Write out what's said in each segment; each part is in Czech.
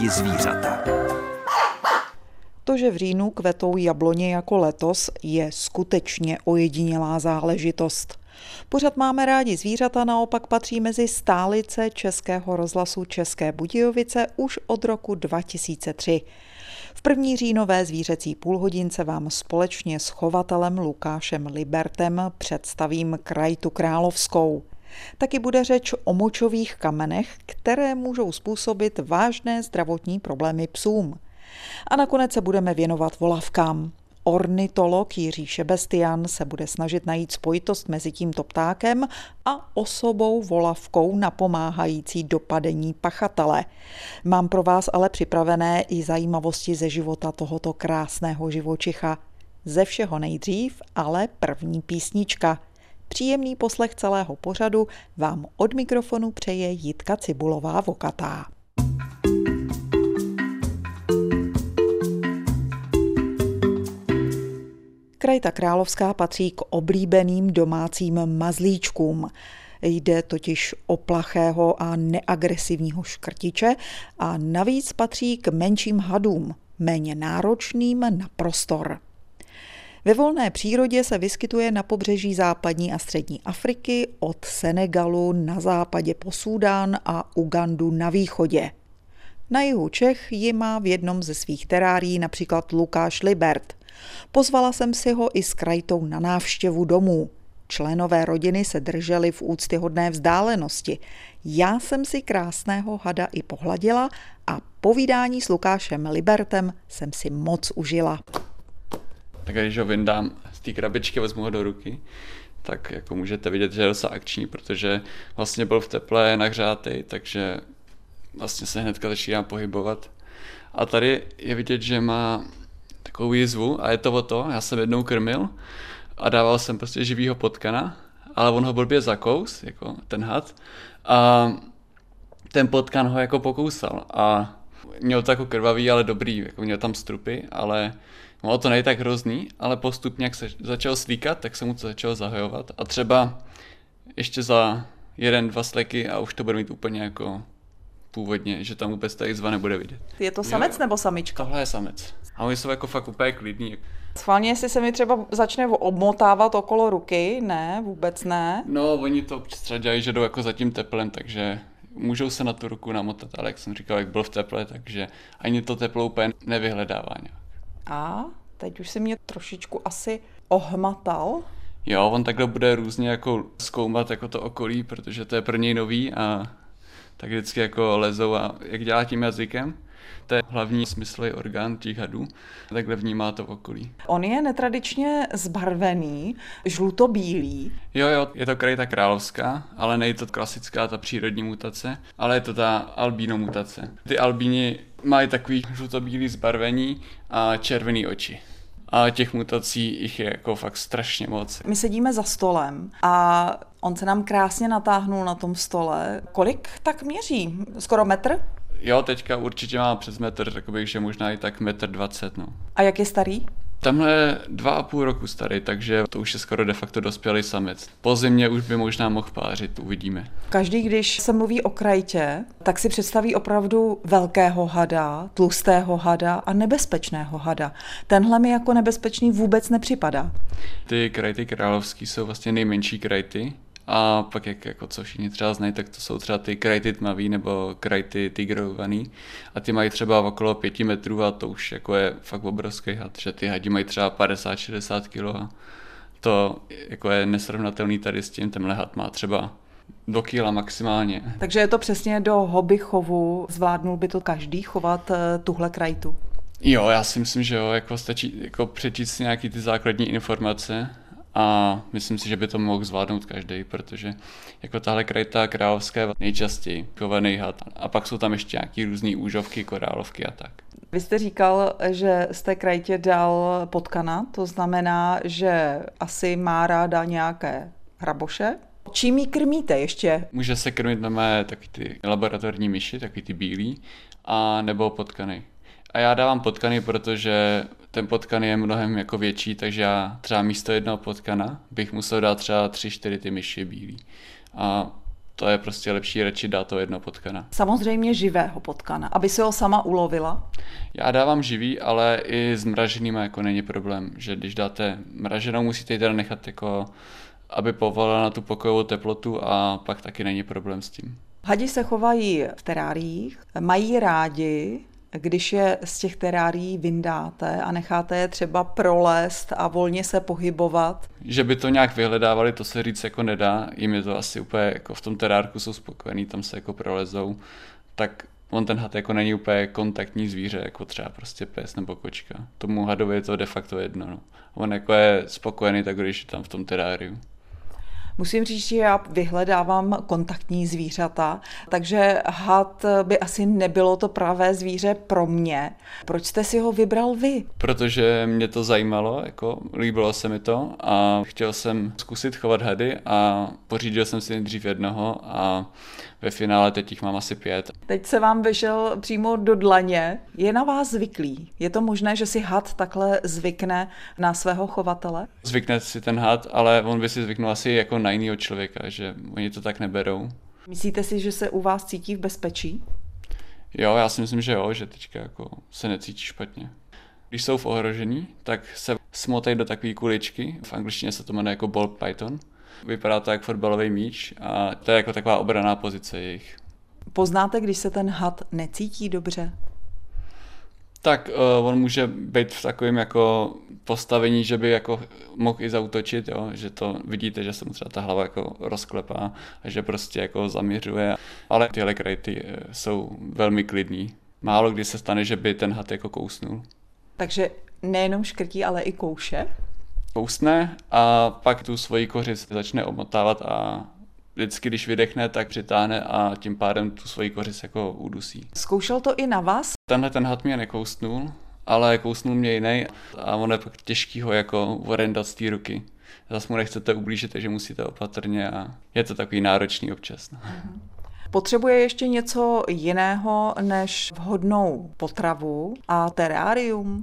rádi zvířata. To, že v říjnu kvetou jabloně jako letos, je skutečně ojedinělá záležitost. Pořad Máme rádi zvířata naopak patří mezi stálice Českého rozhlasu České Budějovice už od roku 2003. V první říjnové zvířecí půlhodince vám společně s chovatelem Lukášem Libertem představím krajtu královskou. Taky bude řeč o močových kamenech, které můžou způsobit vážné zdravotní problémy psům. A nakonec se budeme věnovat volavkám. Ornitolog Jiří Šebestian se bude snažit najít spojitost mezi tímto ptákem a osobou volavkou napomáhající dopadení pachatele. Mám pro vás ale připravené i zajímavosti ze života tohoto krásného živočicha. Ze všeho nejdřív, ale první písnička. Příjemný poslech celého pořadu vám od mikrofonu přeje Jitka Cibulová-Vokatá. Krajta královská patří k oblíbeným domácím mazlíčkům. Jde totiž o plachého a neagresivního škrtiče a navíc patří k menším hadům, méně náročným na prostor. Ve volné přírodě se vyskytuje na pobřeží západní a střední Afriky od Senegalu na západě po Súdán a Ugandu na východě. Na jihu Čech ji má v jednom ze svých terárií například Lukáš Libert. Pozvala jsem si ho i s krajtou na návštěvu domů. Členové rodiny se drželi v úctyhodné vzdálenosti. Já jsem si krásného hada i pohladila a povídání s Lukášem Libertem jsem si moc užila. Tak když ho vyndám z té krabičky, vezmu ho do ruky, tak jako můžete vidět, že je docela akční, protože vlastně byl v teple nahřátej, takže vlastně se hnedka začíná pohybovat. A tady je vidět, že má takovou jizvu a je to o to, já jsem jednou krmil a dával jsem prostě živýho potkana, ale on ho blbě zakous, jako ten had, a ten potkan ho jako pokousal a měl to jako krvavý, ale dobrý, jako měl tam strupy, ale bylo to nej tak hrozný, ale postupně, jak se začal slíkat, tak se mu to začalo zahajovat a třeba ještě za 1-2 sleky a už to bude mít úplně jako původně, že tam vůbec ta jizva nebude vidět. Je to samec nebo samička? Tohle je samec. A oni jsou jako fakt úplně klidný. Schválně, jestli se mi třeba začne obmotávat okolo ruky, ne, vůbec ne. No, oni to občas třeba dělají, že jdou jako za tím teplem, takže můžou se na tu ruku namotat, ale jak jsem říkal, jak byl v teple, takže ani to teplo úplně nevyhledává nějak. A teď už si mě trošičku asi ohmatal. Jo, on takhle bude různě jako zkoumat jako to okolí, protože to je pro něj nový a tak vždycky jako lezou a jak dělá tím jazykem, to je hlavní smyslový orgán těch hadů, takhle vnímá to okolí. On je netradičně zbarvený, žluto-bílý. Jo, je to krajta královská, ale není to klasická ta přírodní mutace, ale je to ta albíno mutace. Ty albíni mají takový žluto-bílý zbarvení a červený oči. A těch mutací jich je jako fakt strašně moc. My sedíme za stolem a on se nám krásně natáhnul na tom stole. Kolik tak měří? Skoro metr? Jo, teďka určitě má přes metr, řekl bych, že možná i tak 1,20 m. No. A jak je starý? Tamhle je 2,5 roku starý, takže to už je skoro de facto dospělý samec. Po zimě už by možná mohl pářit, uvidíme. Každý, když se mluví o krajtě, tak si představí opravdu velkého hada, tlustého hada a nebezpečného hada. Tenhle mi jako nebezpečný vůbec nepřipadá. Ty krajty královský jsou vlastně nejmenší krajty. A pak, jako co všichni třeba znají, tak to jsou třeba ty krajty tmavý nebo krajty tigrovaný. A ty mají třeba okolo 5 metrů a to už jako je fakt obrovský had, že ty hadi mají třeba 50-60 kg. A to jako je nesrovnatelný tady s tím, tenhle had má třeba 2 kg maximálně. Takže je to přesně do hobby chovu, zvládnul by to každý chovat tuhle krajtu? Jo, já si myslím, že jo, jako stačí jako přečíst si nějaký ty základní informace. A myslím si, že by to mohl zvládnout každý, protože jako tahle krajta královská je nejčastěji chovaný had. A pak jsou tam ještě nějaký různý úžovky, korálovky a tak. Vy jste říkal, že z té krajtě dal potkana, to znamená, že asi má ráda nějaké hraboše. Čím jí krmíte ještě? Může se krmit na taky ty laboratorní myši, taky ty bílý, a nebo potkany. A já dávám potkany, protože ten potkan je mnohem jako větší, takže já třeba místo jednoho potkana bych musel dát třeba 3-4 ty myši bílý. A to je prostě lepší radši dát to jedno potkana. Samozřejmě živého potkana, aby si ho sama ulovila? Já dávám živý, ale i s mraženýma jako není problém, že když dáte mraženou, musíte ji teda nechat jako, aby povolila na tu pokojovou teplotu a pak taky není problém s tím. Hadi se chovají v teráriích, mají rádi, když je z těch terárií vyndáte a necháte je třeba prolézt a volně se pohybovat. Že by to nějak vyhledávali, to se říct jako nedá, jim je to asi úplně jako v tom terárku jsou spokojení, tam se jako prolezou, tak on ten had jako není úplně kontaktní zvíře, jako třeba prostě pes nebo kočka. Tomu hadovi je to de facto jedno. No. On jako je spokojený, tak když je tam v tom teráriu. Musím říct, že já vyhledávám kontaktní zvířata, takže had by asi nebylo to pravé zvíře pro mě. Proč jste si ho vybral vy? Protože mě to zajímalo, jako líbilo se mi to a chtěl jsem zkusit chovat hady a pořídil jsem si nejdřív jednoho a ve finále teď jich mám asi 5. Teď se vám vyšel přímo do dlaně. Je na vás zvyklý? Je to možné, že si had takhle zvykne na svého chovatele? Zvykne si ten had, ale on by si zvyknul asi jako na jiného člověka, že oni to tak neberou. Myslíte si, že se u vás cítí v bezpečí? Jo, já si myslím, že jo, že teďka jako se necítí špatně. Když jsou v ohrožení, tak se smotají do takové kuličky, v angličtině se to jmenuje jako ball python. Vypadá to jako fotbalový míč a to je jako taková obranná pozice jejich. Poznáte, když se ten had necítí dobře? Tak on může být v takovém jako postavení, že by jako mohl i zaútočit, jo? Že to vidíte, že se mu třeba ta hlava jako rozklepá a že prostě jako zaměřuje. Ale tyhle krajty jsou velmi klidní. Málo kdy se stane, že by ten had jako kousnul. Takže nejenom škrtí, ale i kouše? Kousne a pak tu svoji kořist začne omotávat a vždycky, když vydechne, tak přitáhne a tím pádem tu svoji kořist jako udusí. Zkoušel to i na vás? Tenhle ten had mě nekousnul, ale kousnul mě jiný a ono je pak těžký ho jako orendat z té ruky. Zase mu nechcete ublížit, takže musíte opatrně a je to takový náročný občas. No. Potřebuje ještě něco jiného než vhodnou potravu a terárium?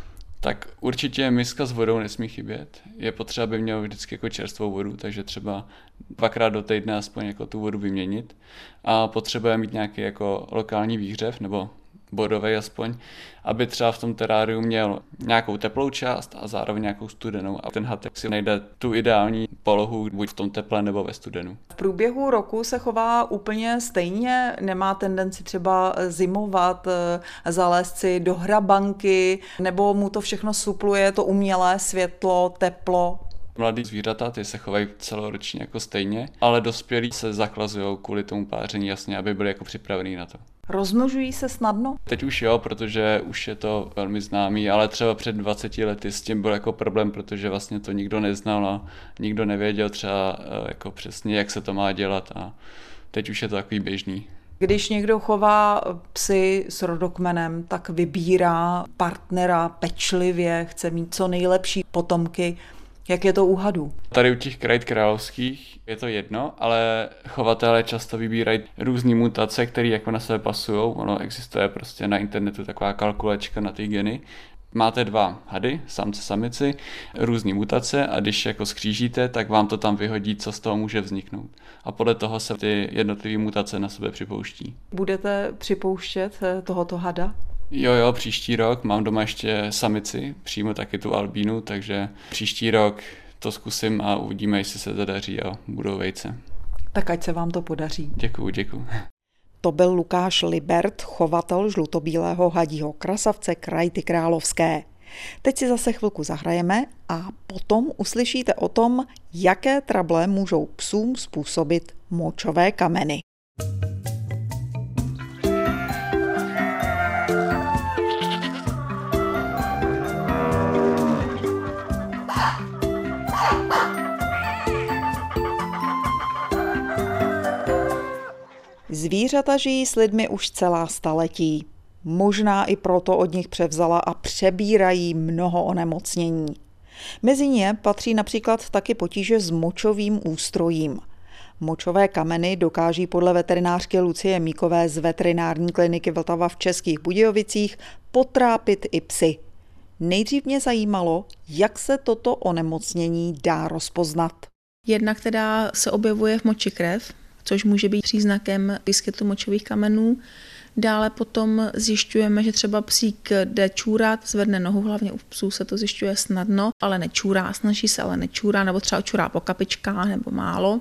Tak určitě miska s vodou nesmí chybět. Je potřeba, aby měl vždycky jako čerstvou vodu, takže třeba 2krát do týdne aspoň jako tu vodu vyměnit. A potřebuje mít nějaký jako lokální výhřev nebo bodový aspoň, aby třeba v tom teráriu měl nějakou teplou část a zároveň nějakou studenou. A ten had si najde tu ideální polohu buď v tom teple nebo ve studenu. V průběhu roku se chová úplně stejně, nemá tendenci třeba zimovat, zalézt si do hrabanky, nebo mu to všechno supluje to umělé světlo, teplo. Mladí zvířata, ty se chovají celoročně jako stejně, ale dospělí se zachlazují kvůli tomu páření, jasně, aby byli jako připravení na to. Rozmnožují se snadno? Teď už jo, protože už je to velmi známý, ale třeba před 20 lety s tím byl jako problém, protože vlastně to nikdo neznal a nikdo nevěděl třeba jako přesně, jak se to má dělat a teď už je to takový běžný. Když někdo chová psy s rodokmenem, tak vybírá partnera pečlivě, chce mít co nejlepší potomky. Jak je to u hadů? Tady u těch krajt královských je to jedno, ale chovatelé často vybírají různé mutace, které jako na sebe pasují. Ono existuje prostě na internetu taková kalkulačka na ty geny. Máte 2 hady, samce, samici, různé mutace a když jako skřížíte, tak vám to tam vyhodí, co z toho může vzniknout. A podle toho se ty jednotlivé mutace na sebe připouští. Budete připouštět tohoto hada? Jo, příští rok mám doma ještě samici, přímo taky tu albínu, takže příští rok to zkusím a uvidíme, jestli se to daří a budou vejce. Tak ať se vám to podaří. Děkuju. To byl Lukáš Libert, chovatel žlutobílého hadího krasavce Krajty královské. Teď si zase chvilku zahrajeme a potom uslyšíte o tom, jaké trable můžou psům způsobit močové kameny. Zvířata žijí s lidmi už celá staletí. Možná i proto od nich převzala a přebírají mnoho onemocnění. Mezi ně patří například taky potíže s močovým ústrojím. Močové kameny dokáží podle veterinářky Lucie Míkové z veterinární kliniky Vltava v Českých Budějovicích potrápit i psy. Nejdřív mě zajímalo, jak se toto onemocnění dá rozpoznat. Jedna, která se objevuje v moči krev, což může být příznakem výskytu močových kamenů. Dále potom zjišťujeme, že třeba psík jde čůrat, zvedne nohu, hlavně u psů se to zjišťuje snadno, ale nečůrá, snaží se, ale nečůrá, nebo třeba čůrá po kapičkách nebo málo.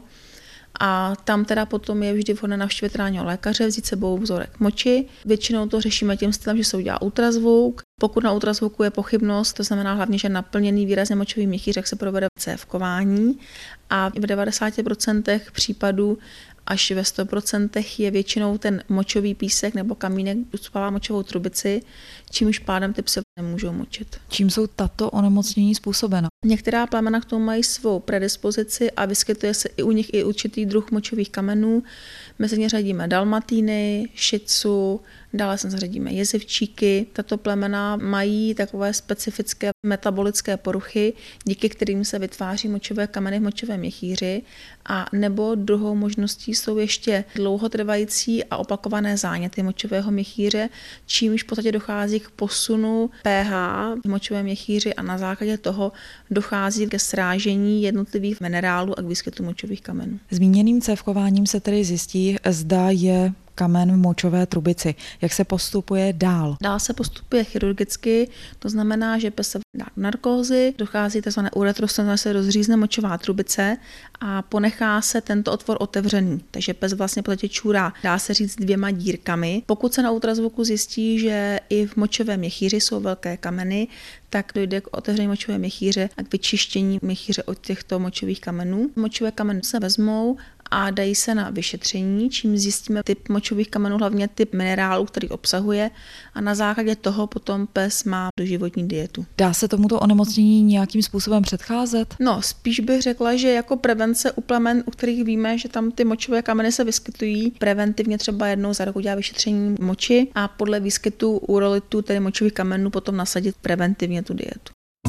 A tam teda potom je vždy vhodné navštívit veterinárního lékaře, vzít sebou vzorek moči. Většinou to řešíme tím stylem, že se udělá ultrazvuk. Pokud na ultrazvuku je pochybnost, to znamená hlavně, že naplněný výrazně močový měchýřek, se provede cévkování a v 90% případů až ve 100% je většinou ten močový písek nebo kamínek ucpává močovou trubici, čímž pádem ty psy nemůžou močit. Čím jsou tato onemocnění způsobena? Některá plemena k tomu mají svou predispozici a vyskytuje se i u nich i určitý druh močových kamenů. Mezi ně řadíme dalmatýny, shih tzu, dále se zařadíme jezevčíky. Tato plemena mají takové specifické metabolické poruchy, díky kterým se vytváří močové kameny v močovém měchýři, a nebo druhou možností jsou ještě dlouhotrvající a opakované záněty močového měchýře, čímž v podstatě dochází k posunu pH v močovém měchýři a na základě toho dochází ke srážení jednotlivých minerálů a k výskytu močových kamenů. Zmíněným cévkováním se tedy zjistí, zda je kamen v močové trubici. Jak se postupuje dál? Dál se postupuje chirurgicky, to znamená, že pes se dá do narkózy, dochází tzv. Uretrostenoza, se rozřízne močová trubice a ponechá se tento otvor otevřený. Takže pes vlastně v podstatě čůrá, dá se říct, 2 dírkami. Pokud se na ultrazvuku zjistí, že i v močovém měchýři jsou velké kameny, tak dojde k otevření močového měchýře a k vyčištění měchýře od těchto močových kamenů. Močové kameny se vezmou a dají se na vyšetření, čím zjistíme typ močových kamenů, hlavně typ minerálů, který obsahuje, a na základě toho potom pes má doživotní dietu. Dá se tomuto onemocnění nějakým způsobem předcházet? No, spíš bych řekla, že jako prevence u plemen, u kterých víme, že tam ty močové kameny se vyskytují, preventivně třeba jednou za rok udělat vyšetření moči a podle výskytu urolitů, tedy močových kamenů, potom nasadit preventivně tu dietu.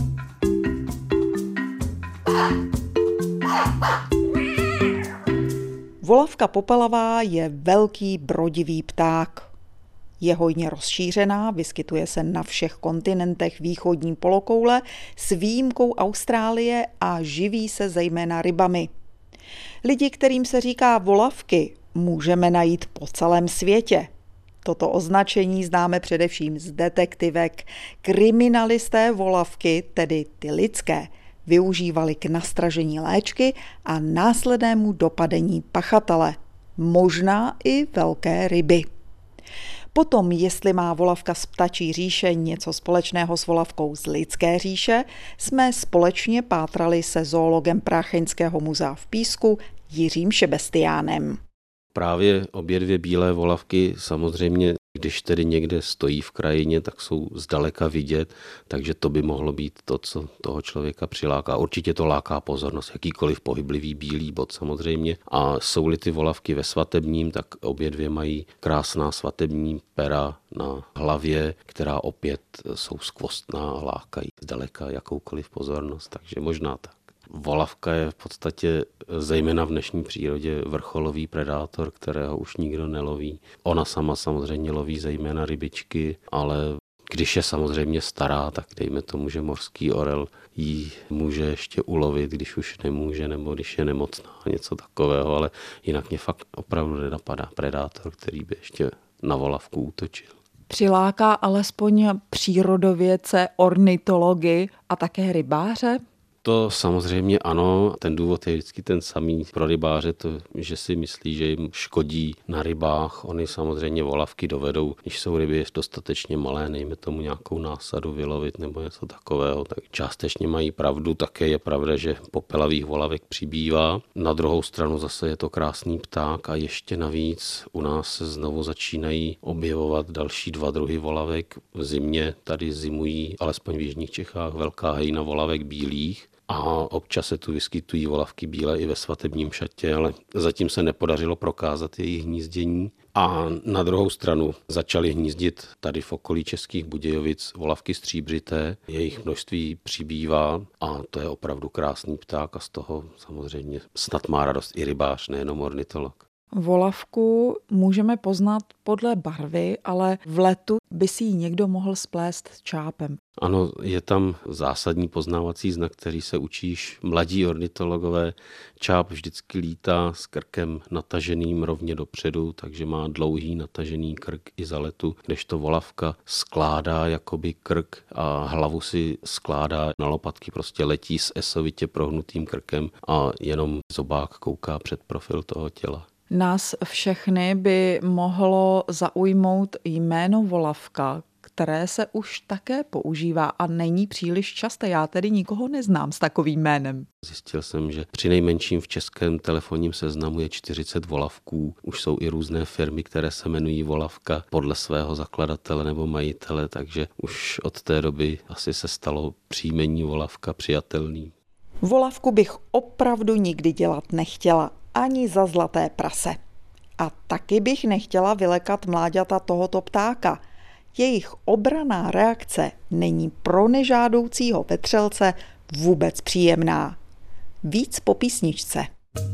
Volavka popelavá je velký brodivý pták. Je hojně rozšířená, vyskytuje se na všech kontinentech východní polokoule s výjimkou Austrálie a živí se zejména rybami. Lidi, kterým se říká volavky, můžeme najít po celém světě. Toto označení známe především z detektivek. Kriminalisté volavky, tedy ty lidské, využívali k nastražení léčky a následnému dopadení pachatele, možná i velké ryby. Potom, jestli má volavka z ptačí říše něco společného s volavkou z lidské říše, jsme společně pátrali se zoologem Prácheňského muzea v Písku Jiřím Šebestiánem. Právě obě 2 bílé volavky samozřejmě, když tedy někde stojí v krajině, tak jsou zdaleka vidět, takže to by mohlo být to, co toho člověka přiláká. Určitě to láká pozornost, jakýkoliv pohyblivý bílý bod samozřejmě. A jsou-li ty volavky ve svatebním, tak obě 2 mají krásná svatební pera na hlavě, která opět jsou skvostná a lákají zdaleka jakoukoliv pozornost, takže možná tak. Volavka je v podstatě zejména v dnešní přírodě vrcholový predátor, kterého už nikdo neloví. Ona sama samozřejmě loví zejména rybičky, ale když je samozřejmě stará, tak dejme tomu, že mořský orel ji může ještě ulovit, když už nemůže, nebo když je nemocná, něco takového, ale jinak mě fakt opravdu nenapadá predátor, který by ještě na volavku útočil. Přiláká alespoň přírodovědce, ornitology a také rybáře? To samozřejmě ano, ten důvod je vždycky ten samý pro rybáře, to, že si myslí, že jim škodí na rybách. Oni samozřejmě volavky dovedou, když jsou ryby dostatečně malé, nejme tomu nějakou násadu vylovit nebo něco takového, tak částečně mají pravdu. Také je pravda, že popelavých volavek přibývá. Na druhou stranu zase je to krásný pták a ještě navíc u nás se znovu začínají objevovat další 2 druhy volavek. V zimě tady zimují, alespoň v jižních Čechách, velká hejna volavek bílých. A občas se tu vyskytují volavky bílé i ve svatebním šatě, ale zatím se nepodařilo prokázat jejich hnízdění. A na druhou stranu začaly hnízdit tady v okolí Českých Budějovic volavky stříbřité. Jejich množství přibývá a to je opravdu krásný pták a z toho samozřejmě snad má radost i rybář, nejenom ornitolog. Volavku můžeme poznat podle barvy, ale v letu by si ji někdo mohl splést s čápem. Ano, je tam zásadní poznávací znak, který se učíš mladí ornitologové. Čáp vždycky lítá s krkem nataženým rovně dopředu, takže má dlouhý natažený krk i za letu, kdežto volavka skládá jakoby krk a hlavu si skládá na lopatky, prostě letí s esovitě prohnutým krkem a jenom zobák kouká před profil toho těla. Nás všechny by mohlo zaujmout jméno volavka, které se už také používá a není příliš časté. Já tedy nikoho neznám s takovým jménem. Zjistil jsem, že přinejmenším v českém telefonním seznamu je 40 volavků. Už jsou i různé firmy, které se jmenují Volavka podle svého zakladatele nebo majitele, takže už od té doby asi se stalo příjmení Volavka přijatelný. Volavku bych opravdu nikdy dělat nechtěla, ani za zlaté prase. A taky bych nechtěla vylekat mláďata tohoto ptáka. Jejich obranná reakce není pro nežádoucího vetřelce vůbec příjemná. Víc po písničce.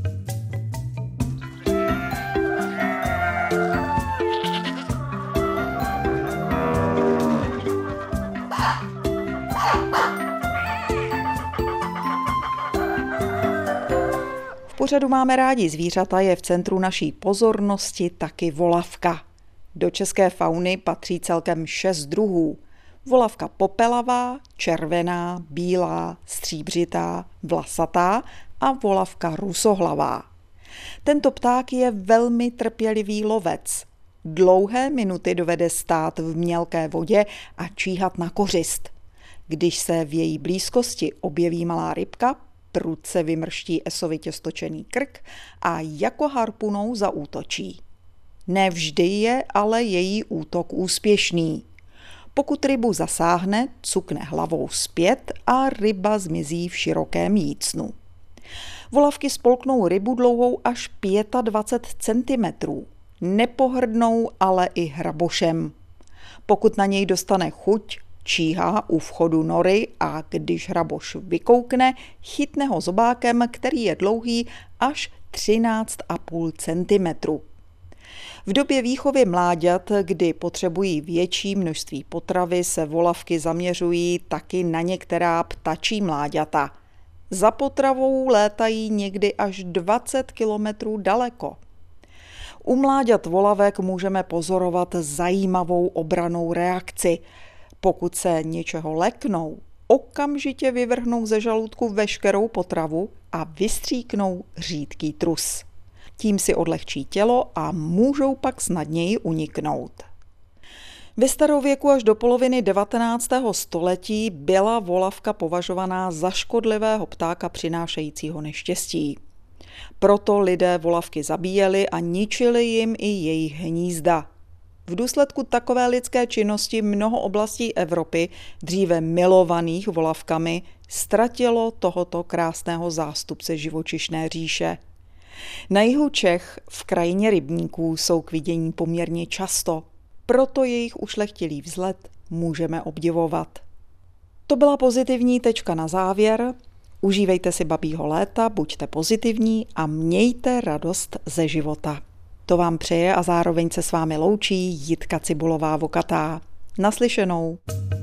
V pořadu Máme rádi zvířata je v centru naší pozornosti taky volavka. Do české fauny patří celkem 6 druhů. Volavka popelavá, červená, bílá, stříbřitá, vlasatá a volavka rusohlavá. Tento pták je velmi trpělivý lovec. Dlouhé minuty dovede stát v mělké vodě a číhat na kořist. Když se v její blízkosti objeví malá rybka, prudce vymrští esovitě stočený krk a jako harpunou zaútočí. Nevždy je ale její útok úspěšný. Pokud rybu zasáhne, cukne hlavou zpět a ryba zmizí v širokém jícnu. Volavky spolknou rybu dlouhou až 25 cm. Nepohrdnou ale i hrabošem. Pokud na něj dostane chuť, číhá u vchodu nory a když hraboš vykoukne, chytne ho zobákem, který je dlouhý až 13,5 cm. V době výchovy mláďat, kdy potřebují větší množství potravy, se volavky zaměřují taky na některá ptačí mláďata. Za potravou létají někdy až 20 kilometrů daleko. U mláďat volavek můžeme pozorovat zajímavou obrannou reakci. Pokud se něčeho leknou, okamžitě vyvrhnou ze žaludku veškerou potravu a vystříknou řídký trus. Tím si odlehčí tělo a můžou pak snadněji uniknout. Ve starověku až do poloviny 19. století byla volavka považovaná za škodlivého ptáka přinášejícího neštěstí. Proto lidé volavky zabíjeli a ničili jim i jejich hnízda. V důsledku takové lidské činnosti mnoho oblastí Evropy, dříve milovaných volavkami, ztratilo tohoto krásného zástupce živočišné říše. Na jihu Čech, v krajině rybníků, jsou k vidění poměrně často, proto jejich ušlechtilý vzhled můžeme obdivovat. To byla pozitivní tečka na závěr. Užívejte si babího léta, buďte pozitivní a mějte radost ze života. To vám přeje a zároveň se s vámi loučí Jitka Cibulová-Vokatá. Naslyšenou.